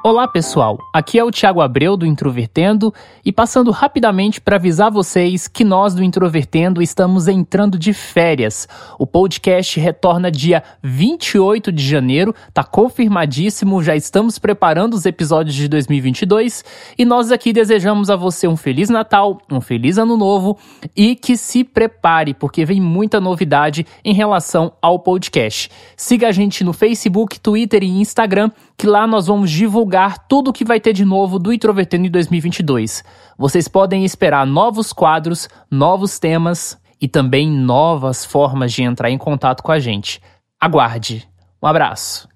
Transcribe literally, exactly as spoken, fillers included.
Olá pessoal, aqui é o Thiago Abreu do Introvertendo e passando rapidamente para avisar vocês que nós do Introvertendo estamos entrando de férias. O podcast retorna dia vinte e oito de janeiro, tá confirmadíssimo, já estamos preparando os episódios de dois mil e vinte e dois e nós aqui desejamos a você um Feliz Natal, um Feliz Ano Novo e que se prepare porque vem muita novidade em relação ao podcast. Siga a gente no Facebook, Twitter e Instagram, que lá nós vamos divulgar tudo o que vai ter de novo do Introvertendo em dois mil e vinte e dois. Vocês podem esperar novos quadros, novos temas e também novas formas de entrar em contato com a gente. Aguarde. Um abraço.